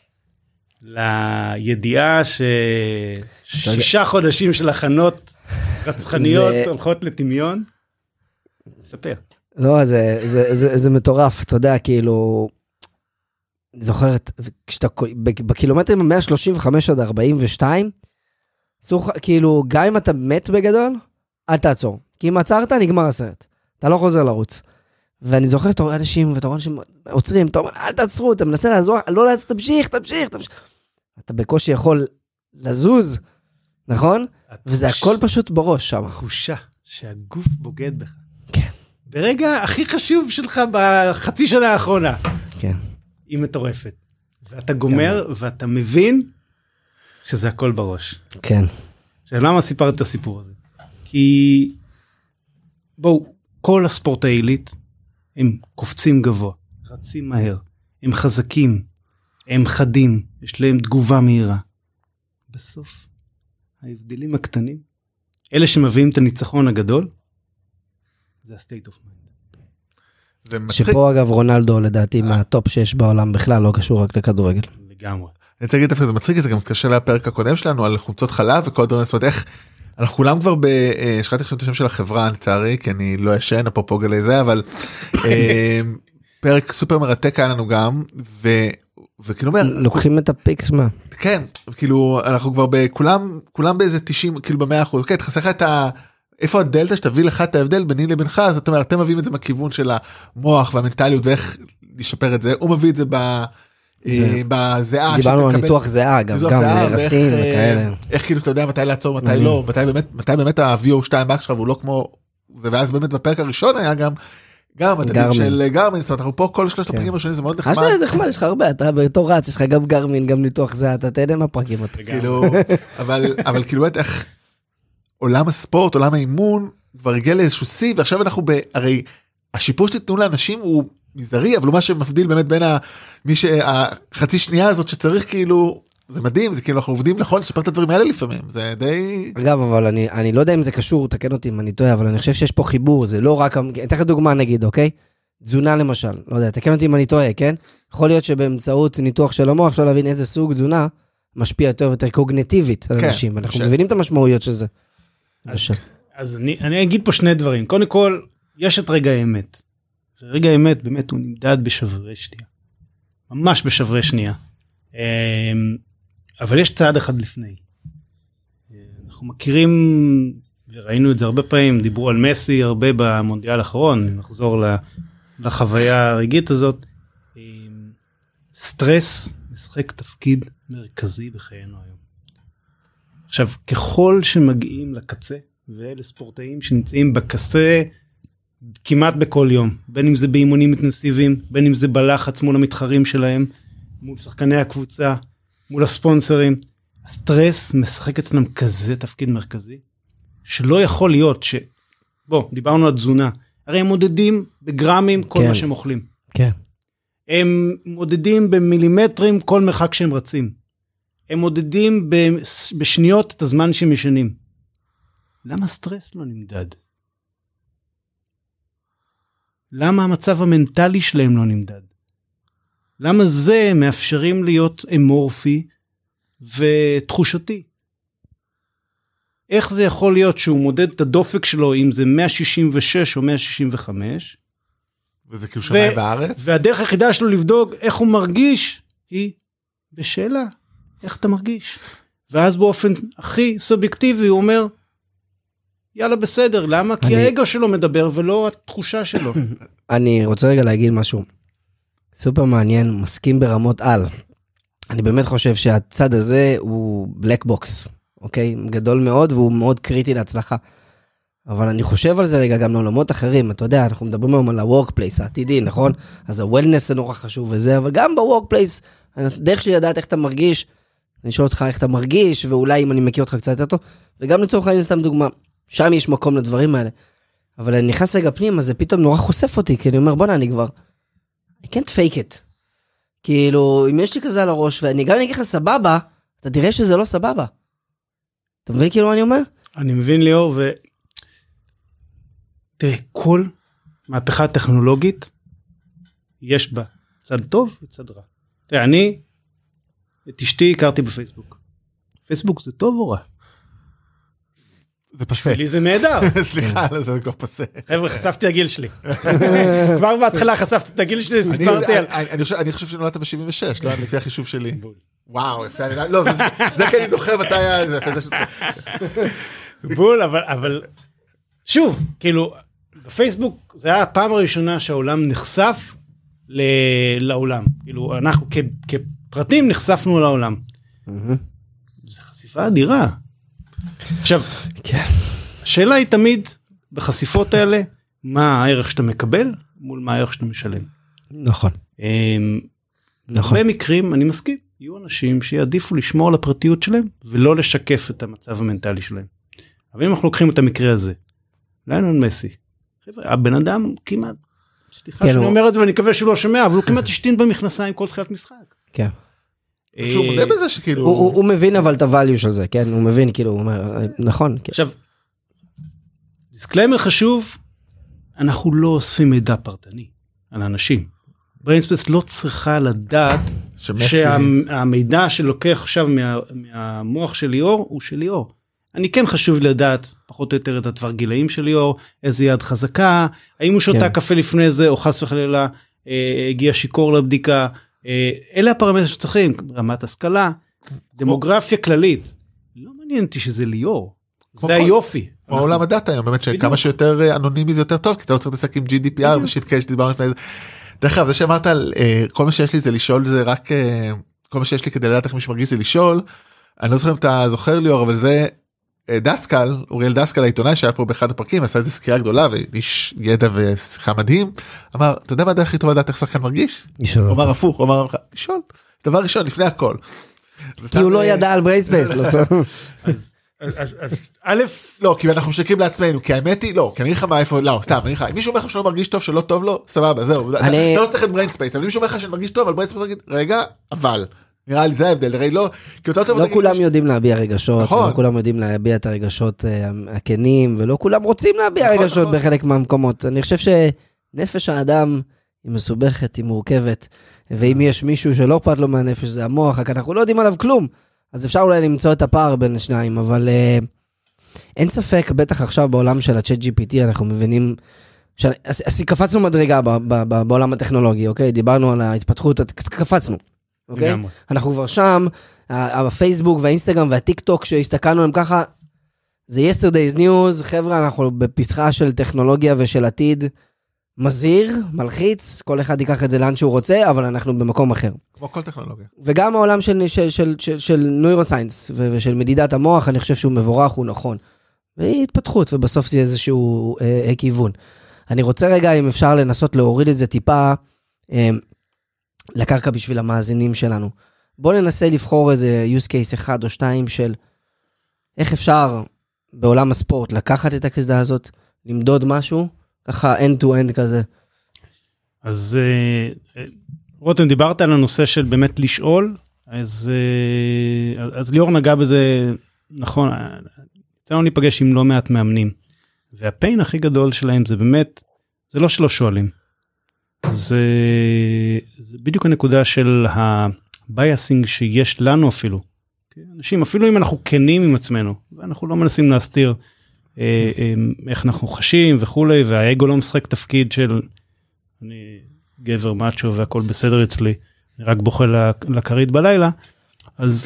לידיעה ששישה חודשים של הכנות רצחניות הולכות לטמיון. ספר. לא, זה, זה, זה, זה מטורף, אתה יודע, כאילו, זוכרת, כשאתה, בקילומטרים מאה שלושים וחמש עד ארבעים ושתיים, כאילו, גם אם אתה מת בגדול, אל תעצור. כי אם עצרת, נגמר הסרט. אתה לא חוזר לרוץ. ואני זוכר, אתה רואה אנשים, ואתה רואה אנשים עוצרים, אתה אומר, אל תעצרו, אתה מנסה לעזור, לא לעצור, תמשיך, תמשיך, תמשיך. אתה בקושי יכול לזוז, נכון? וזה הכל פשוט בראש שם. תחושה שהגוף בוגד בך. כן. ברגע הכי חשוב שלך בחצי שנה האחרונה. כן. היא מטורפת. ואתה גומר, ואתה מבין שזה הכל בראש. כן. עכשיו, למה סיפרת את הסיפור הזה? כי, בואו, כל הספורט העילית, הם קופצים גבוה, רצים מהר, הם חזקים, הם חדים, יש להם תגובה מהירה. בסוף, ההבדלים הקטנים, אלה שמביאים את הניצחון הגדול, זה ה-state of mind. שפה אגב רונלדו לדעתי מהטופ שיש בעולם בכלל, לא קשור רק לכדורגל. לגמרי. אני רוצה להגיד דווקא זה מצחיק, זה גם מתקשר לפרק הקודם שלנו על חומצות חלב וכל דברים, זאת אומרת איך, אנחנו כולם כבר בשקעתי חשוב את השם של החברה, לצערי, כי אני לא ישן, אפרופו גלי זה, אבל פרק סופר מרתק היה לנו גם, וכאילו אומר... לוקחים את הפיק, שמה. כן, כאילו, אנחנו כבר בכולם, כולם באיזה תשעים, כאילו במאה אחוז, אוקיי, תחסך את איפה הדלטה שתביא לך את ההבדל ביני לבינך, אז אתה אומר, אתם מביאים את זה מהכיוון של המוח והמנטליות, ואיך לשפר את זה, הוא מביא את זה בזיעה. דיברנו על ניתוח זיעה, גם רצים וכאלה. איך כאילו אתה יודע מתי לעצור, מתי לא, מתי באמת ה-וי או שתיים מקס שלך, והוא לא כמו, ואז באמת בפרק הראשון היה גם, גם המדדים של גרמין, זאת אומרת, אנחנו פה כל שלושת הפרקים הראשונים, זה מאוד נחמד. זה נחמד, יש לך הרבה, אתה בתור רץ, יש לך גם גרמין, גם ניתוח זיעה, אתה תהנה מהפרקים. אבל כאילו, איך עולם הספורט, עולם האימון, כבר הגיע לאיזשהו סי, ועכשיו אנחנו, הרי השיפוש שתתנו לאנשים הוא מזערי, אבל הוא מה שמפדיל באמת בין החצי שנייה הזאת שצריך כאילו, זה מדהים, זה כאילו אנחנו עובדים נכון, לשפר את הדברים האלה לפעמים, זה די... אגב, אבל אני, אני לא יודע אם זה קשור, תקן אותי אם אני טועה, אבל אני חושב שיש פה חיבור, זה לא רק, אני אתן לך דוגמה נגיד, אוקיי? תזונה למשל, לא יודע, תקן אותי אם אני טועה, כן? יכול להיות שבאמצעות ניתוח של המוח, אפשר להבין איזה סוג תזונה משפיע יותר ויותר קוגניטיבית על אנשים, אנחנו מבינים את המשמעויות של זה. אז אני, אני אגיד פה שני דברים. קודם כל, יש את רגע האמת. רגע האמת, באמת, הוא נמדד בשברי שנייה. ממש בשברי שנייה. אבל יש צעד אחד לפני. אנחנו מכירים, וראינו את זה הרבה פעמים, דיברו על מסי הרבה במונדיאל האחרון, נחזור לחוויה הרגעית הזאת. סטרס משחק תפקיד מרכזי בחיינו היום. עכשיו, ככל שמגיעים לקצה, ואלה ספורטאים שנמצאים בקצה כמעט בכל יום, בין אם זה באימונים אינטנסיביים, בין אם זה בלחץ מול המתחרים שלהם, מול שחקני הקבוצה, מול הספונסרים, הסטרס משחק אצלם כזה תפקיד מרכזי, שלא יכול להיות ש... בוא, דיברנו על תזונה, הרי הם מודדים בגרמים כל כן. מה שהם אוכלים. כן. הם מודדים במילימטרים כל מרחק שהם רצים. הם מודדים בשניות את הזמן שהם ישנים. למה הסטרס לא נמדד? למה המצב המנטלי שלהם לא נמדד? למה זה מאפשרים להיות אמורפי ותחושתי? איך זה יכול להיות שהוא מודד את הדופק שלו, אם זה מאה שישים ושש או מאה שישים וחמש? וזה כאילו שמיים בארץ? והדרך היחידה שלו לבדוק איך הוא מרגיש, היא בשאלה. איך אתה מרגיש? ואז באופן הכי סובייקטיבי הוא אומר, יאללה בסדר, למה? כי האגו שלו מדבר ולא התחושה שלו. אני רוצה רגע להגיד משהו סופר מעניין, מסכים ברמות על. אני באמת חושב שהצד הזה הוא בלק בוקס, אוקיי? גדול מאוד והוא מאוד קריטי להצלחה. אבל אני חושב על זה רגע גם לעולמות אחרים, אתה יודע, אנחנו מדברים היום על ה-workplace העתידי, נכון? אז ה-wellness זה נורא חשוב וזה, אבל גם ב-workplace, דרך שלי לדעת איך אתה מרגיש, אני שואל אותך איך אתה מרגיש, ואולי אם אני מכיר אותך קצת יותר טוב, וגם לצורך העניין סתם דוגמה, שם יש מקום לדברים האלה, אבל אני נכנס רגע פנים, אז זה פתאום נורא חושף אותי, כי אני אומר, בוא נה, אני כבר, I can't fake it. כאילו, אם יש לי כזה על הראש, ואני גם אגיד לך סבבה, אתה תראה שזה לא סבבה. אתה מבין כאילו מה אני אומר? אני מבין ליאור, ו... תראה, כל מהפכה טכנולוגית, יש בה צד טוב וצד רע. תראה, אני, את אשתי הכרתי בפייסבוק. פייסבוק זה טוב או רע? זה פסה. לי זה נהדר. סליחה, זה כבר פסה. חבר'ה, חשפתי הגיל שלי. כבר בהתחלה חשפתי את הגיל שלי, סיפרתי על... אני חושב שנולדת ב-שבעים ושש, לא? לפי החישוב שלי. וואו, יפה, לא, זה כי אני זוכר מתי היה, זה יפה, זה שזוכר. בול, אבל... שוב, כאילו, בפייסבוק זה היה הפעם הראשונה שהעולם נחשף לעולם. כאילו, אנחנו כפרטים נחשפנו לעולם. זו חשיפה אדירה. עכשיו, השאלה היא תמיד בחשיפות האלה, מה הערך שאתה מקבל מול מה הערך שאתה משלם. נכון. נכון. במקרים, אני מסכים, יהיו אנשים שיעדיפו לשמור על הפרטיות שלהם, ולא לשקף את המצב המנטלי שלהם. אבל אם אנחנו לוקחים את המקרה הזה, ליונל מסי, חבר'ה, הבן אדם כמעט, סליחה שאני אומר את זה ואני מקווה שהוא לא שומע, אבל הוא כמעט השתין במכנסיים כל תחילת משחק. כן. שהוא מודה בזה שכאילו... הוא מבין אבל את הvalue של זה, כן? הוא מבין, כאילו, הוא אומר, נכון. עכשיו, דיסקליימר חשוב, אנחנו לא אוספים מידע פרטני על האנשים. בריינספייס לא צריכה לדעת שהמידע שלוקח עכשיו מהמוח של ליאור הוא של ליאור. אני כן חשוב לדעת פחות או יותר את הדבר גילאים של ליאור, איזה יד חזקה, האם הוא שותה קפה לפני זה, או חס וחלילה הגיע שיקור לבדיקה, אלה הפרמטרים שצריכים, רמת השכלה, דמוגרפיה כללית. לא מעניין אותי שזה ליאור, זה היופי. עולם הדאטה היום, באמת שכמה שיותר אנונימי זה יותר טוב, כי אתה לא צריך להתעסק עם ג'י די פי אר ושיט קאש שדיברנו לפני זה. דרך אגב, זה שאמרת על כל מה שיש לי זה לשאול, זה רק, כל מה שיש לי כדי לדעת איך מישהו מרגיש זה לשאול, אני לא זוכר אם אתה זוכר ליאור, אבל זה דסקל, אוריאל דסקל, העיתונאי שהיה פה באחד הפרקים, עשה איזו סקירה גדולה, ואיש ידע ושיחה מדהים, אמר, אתה יודע מה הדרך הכי טובה לדעת איך שחקן מרגיש? הוא אמר הפוך, הוא אמר, לשאול, דבר ראשון, לפני הכל. כי הוא לא ידע על בריינספייס, לא סתם. אז א', לא, כי אנחנו משקרים לעצמנו, כי האמת היא, לא, כי אני אגיד לך מה איפה, לא, סתם, אני אגיד לך, אם מישהו אומר לך שלא מרגיש טוב, שלא טוב לו, סבבה, זהו, אתה לא צריך את בריינספייס, אבל אם מישהו אומר לך שמרגיש טוב, על בריינספייס תגיד, רגע, אבל, נראה לי זה ההבדל, הרי לא, לא כולם יודעים להביע רגשות, לא כולם יודעים להביע את הרגשות הכנים, ולא כולם רוצים להביע רגשות בחלק מהמקומות. אני חושב שנפש האדם היא מסובכת, היא מורכבת, ואם יש מישהו שלא אכפת לו מהנפש, זה המוח, רק אנחנו לא יודעים עליו כלום. אז אפשר אולי למצוא את הפער בין השניים, אבל uh, אין ספק, בטח עכשיו בעולם של ה-צ'אט ג'י פי טי, אנחנו מבינים, ש... אז, אז קפצנו מדרגה ב, ב, ב, בעולם הטכנולוגי, אוקיי? דיברנו על ההתפתחות, קפצנו, אוקיי? לגמרי. אנחנו כבר שם, הפייסבוק והאינסטגרם והטיק טוק שהסתכלנו הם ככה, זה yesterday's news, חבר'ה, אנחנו בפתחה של טכנולוגיה ושל עתיד, מזהיר, מלחיץ, כל אחד ייקח את זה לאן שהוא רוצה, אבל אנחנו במקום אחר. כמו כל טכנולוגיה. וגם העולם של, של, של, של, של נוירוסיינס ושל מדידת המוח, אני חושב שהוא מבורך, הוא נכון. והיא התפתחות, ובסוף זה איזשהו אה, אה, כיוון. אני רוצה רגע, אם אפשר לנסות להוריד את זה טיפה, אה, לקרקע בשביל המאזינים שלנו. בואו ננסה לבחור איזה use case אחד או שתיים של איך אפשר בעולם הספורט לקחת את הקסדה הזאת, למדוד משהו, ככה end to end כזה. אז רותם, דיברת על הנושא של באמת לשאול, אז, אז ליאור נגע בזה, נכון, יצאנו להיפגש עם לא מעט מאמנים, והפיין הכי גדול שלהם זה באמת, זה לא שלא שואלים, זה, זה בדיוק הנקודה של הבייסינג שיש לנו אפילו, אנשים, אפילו אם אנחנו כנים עם עצמנו, ואנחנו לא מנסים להסתיר, איך אנחנו חשים וכולי, והאגו לא משחק תפקיד של אני גבר מאצ'ו והכל בסדר אצלי, אני רק בוכה לקרית בלילה, אז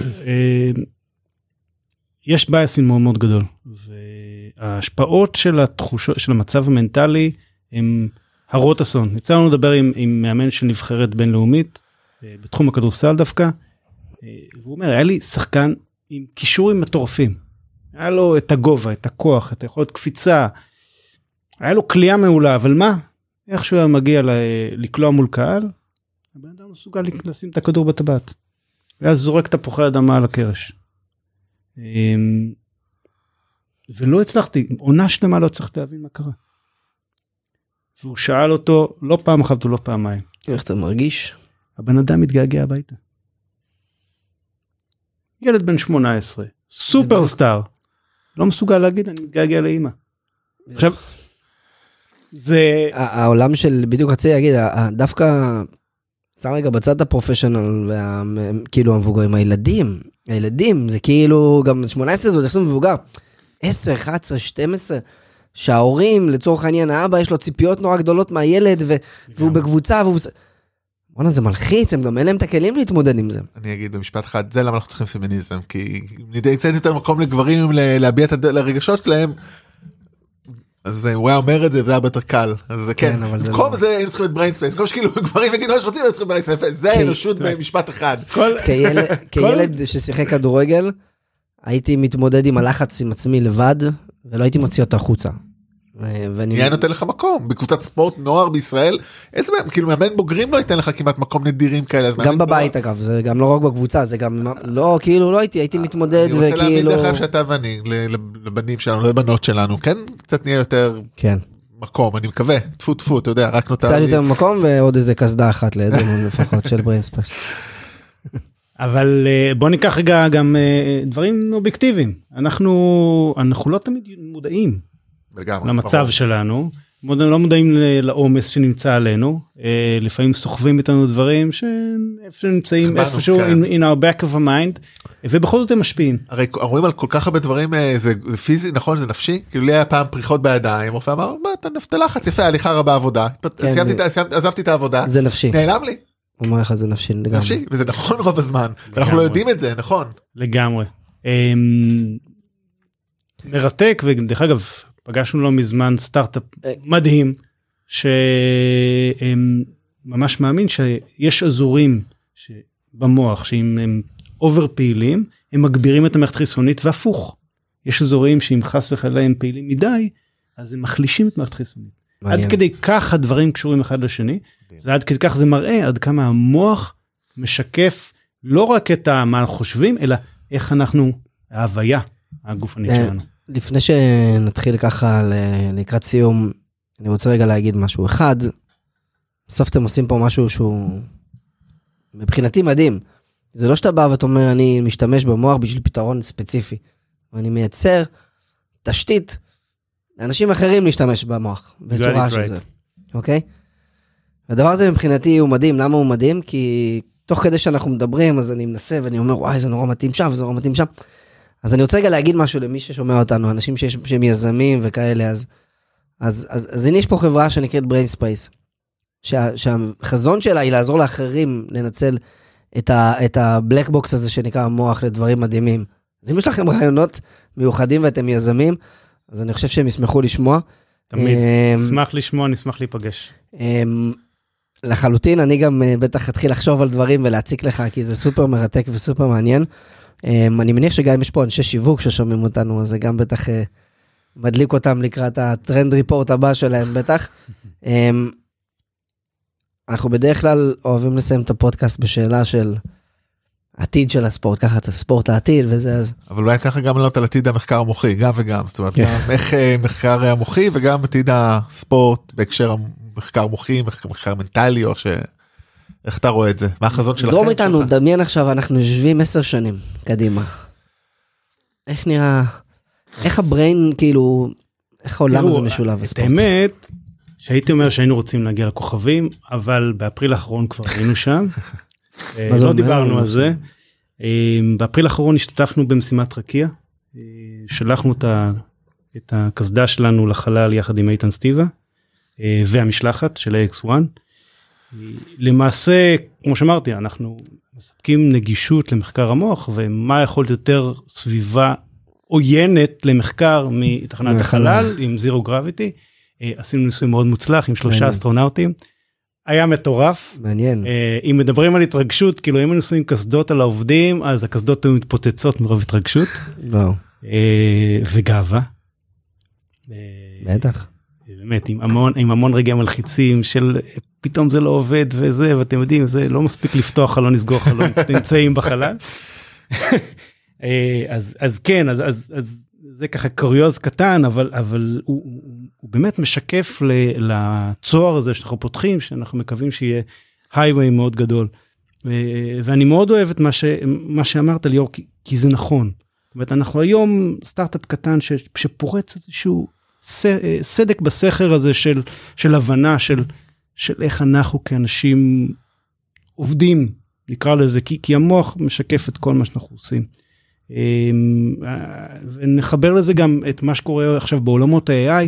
יש בייסים מאוד מאוד גדול, וההשפעות של התחושות, של המצב המנטלי, הם הרות אסון. יצא לנו לדבר עם, עם מאמן של נבחרת בינלאומית, בתחום הכדורסל דווקא, והוא אומר, היה לי שחקן עם קישורים מטורפים, היה לו את הגובה, את הכוח, את היכולת קפיצה, היה לו כלייה מעולה, אבל מה? איך שהוא היה מגיע ל- לקלוע מול קהל, הבן אדם מסוגל לשים את הכדור בטבעת, ואז זורק את הפוחי אדמה על הקרש. ולא הצלחתי, עונה שלמה לא הצלחתי להבין מה קרה. והוא שאל אותו, לא פעם אחת ולא פעמיים. איך אתה מרגיש? הבן אדם מתגעגע הביתה. ילד בן שמונה עשרה, סופרסטאר. לא מסוגל להגיד, אני מתגעגע לאמא. עכשיו, זה... העולם של, בדיוק רציתי להגיד, דווקא, שם רגע בצד הפרופשנל, כאילו המבוגרים, הילדים, הילדים, זה כאילו, גם שמונה עשרה זה עוד יחסום מבוגר, עשר, אחת עשרה, שתים עשרה, שההורים, לצורך העניין, האבא, יש לו ציפיות נורא גדולות מהילד, והוא בקבוצה, והוא... בוא'נה, זה מלחיץ, הם גם אין להם את הכלים להתמודד עם זה. אני אגיד במשפט אחד, זה למה אנחנו צריכים פמיניזם, כי נצא יותר מקום לגברים להביע את הרגשות שלהם, אז הוא היה אומר את זה, וזה היה יותר קל. אז כן, במקום זה היינו צריכים את בריינספייס, במקום שכאילו גברים יגידו מה שרוצים, היינו צריכים בריינספייס, זה האנושות במשפט אחד. כילד ששיחק כדורגל, הייתי מתמודד עם הלחץ עם עצמי לבד, ולא הייתי מוציא אותו החוצה. היה נותן לך מקום, בקבוצת ספורט נוער בישראל, איזה, כאילו מאמן בוגרים לא ייתן לך כמעט מקום נדירים כאלה. גם בבית אגב, זה גם לא רק בקבוצה, זה גם, לא, כאילו לא הייתי, הייתי מתמודד וכאילו... אני רוצה להאמין דרך אגב שאתה ואני, לבנים שלנו, לבנות שלנו, כן? קצת נהיה יותר מקום, אני מקווה, תפו תפו, אתה יודע, רק נותר... קצת יותר מקום ועוד איזה כסדה אחת לידינו לפחות של בריינספייס. אבל בוא ניקח רגע גם דברים אובייקטיביים, אנחנו, אנחנו לא תמיד מודעים. למצב שלנו, לא מודעים לעומס שנמצא עלינו, לפעמים סוחבים איתנו דברים שאיפה נמצאים איפשהו in our back of a mind, ובכל זאת הם משפיעים. הרי רואים על כל כך הרבה דברים, זה פיזי, נכון, זה נפשי, כאילו לי היה פעם פריחות בידיים, רופא אמר, מה, אתה נפת לחץ, יפה, הליכה רבה עבודה, עזבתי את העבודה, זה נפשי. נעלם לי. הוא אומר לך, זה נפשי לגמרי. נפשי, וזה נכון רוב הזמן, ואנחנו לא יודעים את זה, נכון. לגמרי. מרתק, ודרך אגב, פגשנו לא מזמן סטארט-אפ מדהים, שממש מאמין שיש אזורים במוח, שאם הם אובר פעילים, הם מגבירים את המערכת חיסונית, והפוך. יש אזורים שאם חס וחלילה הם פעילים מדי, אז הם מחלישים את מערכת חיסונית. עד כדי כך הדברים קשורים אחד לשני, ועד כדי כך זה מראה עד כמה המוח משקף לא רק את מה אנחנו חושבים, אלא איך אנחנו, ההוויה הגופנית שלנו. לפני שנתחיל ככה לקראת סיום, אני רוצה רגע להגיד משהו. אחד, בסוף אתם עושים פה משהו שהוא מבחינתי מדהים. זה לא שאתה בא ואתה אומר, אני משתמש במוח בשביל פתרון ספציפי. ואני מייצר תשתית לאנשים אחרים להשתמש במוח, בסורה של זה. אוקיי? והדבר הזה מבחינתי הוא מדהים. למה הוא מדהים? כי תוך כדי שאנחנו מדברים, אז אני מנסה ואני אומר, וואי, זה נורא מתאים שם, וזה נורא מתאים שם. אז אני רוצה רגע להגיד משהו למי ששומע אותנו, אנשים שיש, שהם יזמים וכאלה, אז, אז, אז, אז הנה יש פה חברה שנקראת Brain Space, שה, שהחזון שלה היא לעזור לאחרים לנצל את ה, את הבלק בוקס הזה שנקרא המוח לדברים מדהימים. אז אם יש לכם רעיונות מיוחדים ואתם יזמים, אז אני חושב שהם ישמחו לשמוע. תמיד, נשמח לשמוע, נשמח להיפגש. לחלוטין, אני גם בטח אתחיל לחשוב על דברים ולהציק לך, כי זה סופר מרתק וסופר מעניין. אני מניח שגם אם יש פה אנשי שיווק ששומעים אותנו, אז זה גם בטח מדליק אותם לקראת הטרנד ריפורט הבא שלהם, בטח. אנחנו בדרך כלל אוהבים לסיים את הפודקאסט בשאלה של עתיד של הספורט, ככה את הספורט העתיד וזה אז. אבל אולי ככה גם לעלות על עתיד המחקר המוחי, גם וגם, זאת אומרת, גם איך מחקר המוחי וגם עתיד הספורט בהקשר המחקר מוחי, מחקר מנטלי, או ש... איך אתה רואה את זה? מה החזון שלכם? זרום איתנו, דמיין עכשיו, אנחנו יושבים עשר שנים קדימה. איך נראה, איך הבריין, כאילו, איך העולם הזה משולב בספורט? את האמת, שהייתי אומר שהיינו רוצים להגיע לכוכבים, אבל באפריל האחרון כבר היינו שם. לא דיברנו על זה. באפריל האחרון השתתפנו במשימת רקיע, שלחנו את הכסדה שלנו לחלל יחד עם איתן סטיבה, והמשלחת של איי אקס וואן. למעשה, כמו שאמרתי, אנחנו מספקים נגישות למחקר המוח, ומה יכול להיות יותר סביבה עוינת למחקר מתחנת החלל, עם זירו גרביטי. עשינו ניסוי מאוד מוצלח עם שלושה אסטרונאוטים. היה מטורף. מעניין. אם מדברים על התרגשות, כאילו אם אנחנו עושים קסדות על העובדים, אז הקסדות היו מתפוצצות מרוב התרגשות. וואו. וגאווה. בטח. באמת, עם המון, עם המון רגעים מלחיצים של פתאום זה לא עובד וזה, ואתם יודעים, זה לא מספיק לפתוח חלון, לסגור חלון, נמצאים בחלל. אז, אז כן, אז, אז, אז זה ככה קוריוז קטן, אבל, אבל הוא, הוא, הוא באמת משקף לצוהר הזה שאנחנו פותחים, שאנחנו מקווים שיהיה הייווי מאוד גדול. ואני מאוד אוהב את מה, ש, מה שאמרת ליאור, כי, כי זה נכון. זאת אומרת, אנחנו היום סטארט-אפ קטן ש, שפורץ איזשהו סדק בסכר הזה של, של הבנה, של, של איך אנחנו כאנשים עובדים, נקרא לזה, כי, כי המוח משקף את כל מה שאנחנו עושים. ונחבר לזה גם את מה שקורה עכשיו בעולמות ה-איי איי.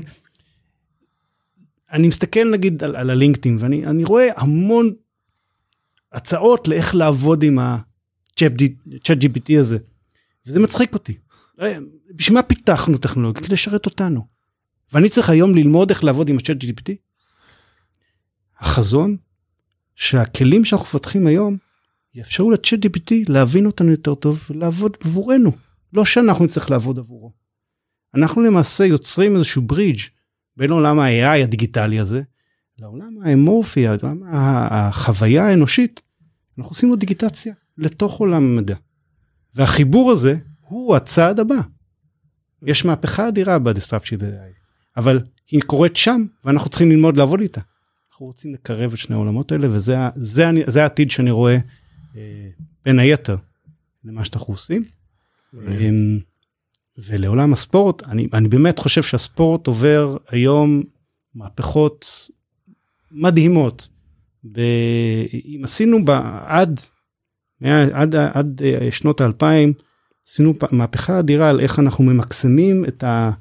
אני מסתכל נגיד על, על הלינקדאין, ואני אני רואה המון הצעות לאיך לעבוד עם ה-צ'אט ג'י פי טי הזה, וזה מצחיק אותי. בשביל מה פיתחנו טכנולוגיה? כדי לשרת אותנו. ואני צריך היום ללמוד איך לעבוד עם ה-צ'אט ג'י פי טי. החזון שהכלים שאנחנו מפתחים היום יאפשרו ל-צ'אט ג'י פי טי להבין אותנו יותר טוב ולעבוד עבורנו. לא שאנחנו נצטרך לעבוד עבורו. אנחנו למעשה יוצרים איזשהו ברידג' בין עולם ה-איי איי הדיגיטלי הזה, לעולם האמורפי, לעולם החוויה האנושית. אנחנו עושים לו דיגיטציה לתוך עולם המדע. והחיבור הזה הוא הצעד הבא. יש מהפכה אדירה בדיסטרפציה ב-איי איי. אבל היא קורית שם, ואנחנו צריכים ללמוד לעבוד איתה. אנחנו רוצים לקרב את שני העולמות האלה, וזה זה, זה העתיד שאני רואה אה, בין היתר למה שאנחנו עושים. אה, ולעולם הספורט, אני, אני באמת חושב שהספורט עובר היום מהפכות מדהימות. ב, אם עשינו בה, עד, עד, עד שנות האלפיים, עשינו מהפכה אדירה על איך אנחנו ממקסמים את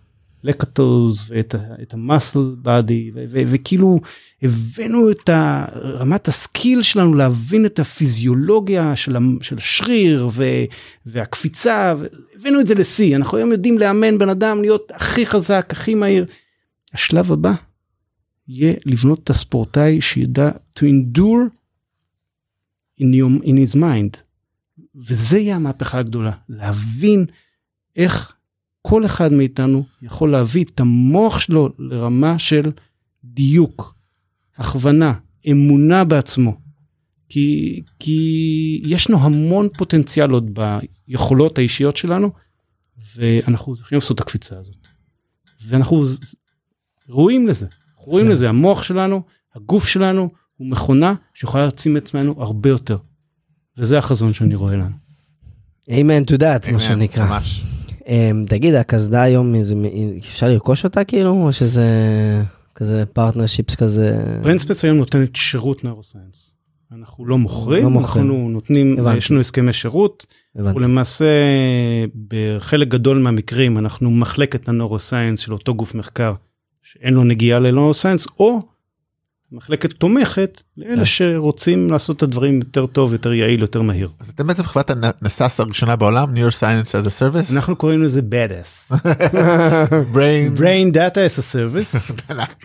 הפלקטוז ואת את המסל בדי, וכאילו הבאנו את רמת הסקיל שלנו להבין את הפיזיולוגיה של השריר והקפיצה, הבאנו את זה לשיא, אנחנו היום יודעים לאמן בן אדם להיות הכי חזק, הכי מהיר. השלב הבא יהיה לבנות את הספורטאי שידע to endure in, your, in his mind, וזה יהיה המהפכה הגדולה, להבין איך כל אחד מאיתנו יכול להביא את המוח שלו לרמה של דיוק, הכוונה, אמונה בעצמו, כי, כי ישנו המון פוטנציאל עוד ביכולות האישיות שלנו, ואנחנו צריכים לעשות את הקפיצה הזאת, ואנחנו רואים לזה, רואים לזה, המוח שלנו, הגוף שלנו, הוא מכונה שיכולה להעצים עצמנו הרבה יותר, וזה החזון שאני רואה לנו. Amen to that, מה שנקרא. ממש. תגיד, הכסדה היום, אפשר לרכוש אותה כאילו, או שזה כזה פרטנרשיפס כזה? בריינספייס היום נותנת שירות נוירוסיינס. אנחנו לא מוכרים, אנחנו נותנים, יש לנו הסכמי שירות, ולמעשה בחלק גדול מהמקרים אנחנו מחלקת הנוירוסיינס של אותו גוף מחקר, שאין לו נגיעה לנוירוסיינס, או מחלקת תומכת לאלה שרוצים לעשות את הדברים יותר טוב, יותר יעיל, יותר מהיר. אז אתם בעצם חברת הנסס הראשונה בעולם, Neuroscience as a Service? אנחנו קוראים לזה בדאס. Brain... Brain Data as a Service.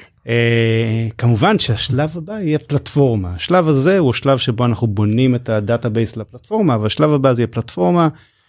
כמובן שהשלב הבא יהיה פלטפורמה. השלב הזה הוא השלב שבו אנחנו בונים את הדאטאבייס לפלטפורמה, והשלב הבא זה יהיה פלטפורמה,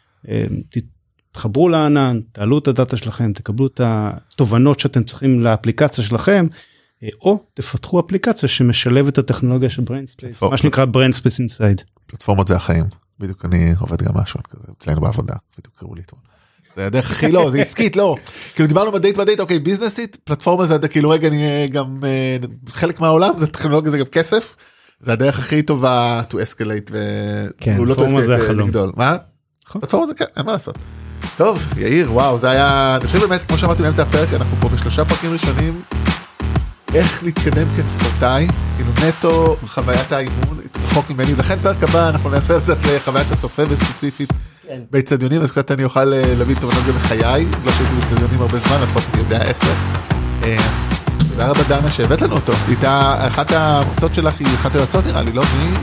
תחברו לענן, תעלו את הדאטה שלכם, תקבלו את התובנות שאתם צריכים לאפליקציה שלכם, או תפתחו אפליקציה שמשלבת את הטכנולוגיה של בריינספייס, מה שנקרא בריינספייס אינסייד. פלטפורמות זה החיים, בדיוק אני עובד גם משהו כזה, אצלנו בעבודה, בדיוק קראו לי אתמול. זה הדרך הכי לא, זה עסקית, לא. כאילו דיברנו בדייט בדייט, אוקיי, ביזנסית, פלטפורמה זה כאילו רגע, אני גם חלק מהעולם, זה טכנולוגיה, זה גם כסף, זה הדרך הכי טובה to escalate, פלטפורמה זה החלום. מה? פלטפורמה זה כן, אין מה לעשות. טוב, יאיר, וואו, זה היה, אני חושב באמת, כמו שאמרתי באמצע הפרק, אנחנו פה בשלושה פרקים ראשונים, איך להתקדם כספורטאי, כאילו נטו חוויית האימון, רחוק ממני, לכן פרק הבא אנחנו נעשה קצת לחוויית הצופה וספציפית באצטדיונים, אז קצת אני אוכל להביא תובנות גם בחיי, לא שהייתי באצטדיונים הרבה זמן, לפחות אני יודע איך זה. תודה רבה דנה שהבאת לנו אותו, איתה, אחת המרצות שלך היא אחת היועצות נראה לי, לא? מי?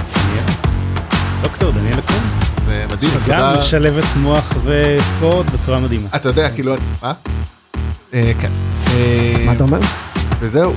דוקטור דניאל לקום. זה מדהים, אז תודה. שגם משלבת מוח וספורט בצורה מדהימה. אתה יודע, כאילו, מה? כן. מה אתה אומר? וזהו,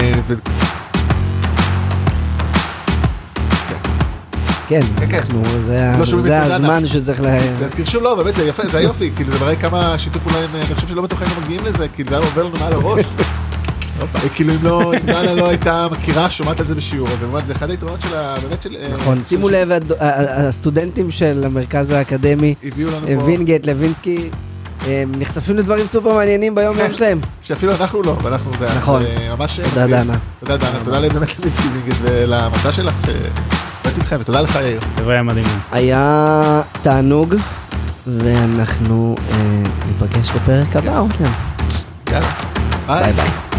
כן, זה הזמן שצריך לה... זה הזכיר שוב, לא, באמת, זה יפה, זה היופי, כאילו זה מראה כמה שיתוף אולי, אני חושב שלא בטוח היינו מגיעים לזה, כאילו זה היה עובר לנו מעל הראש, כאילו אם לא, אם דנה לא הייתה מכירה, שומעת על זה בשיעור, אז זה אחד היתרונות של, באמת של... נכון, שימו לב, הסטודנטים של המרכז האקדמי, וינגייט, לוינסקי, הם נחשפים לדברים סופר מעניינים ביום יום שלהם. שאפילו אנחנו לא, ואנחנו זה... נכון. תודה דנה. תודה דנה, תודה להם באמת לוינסקי וינגייט ולמצע שלך, שבאתי איתכם, ותודה לך יאיר. היה מדהים. היה תענוג, ואנחנו ניפגש בפרק הבא. יאללה. ביי ביי.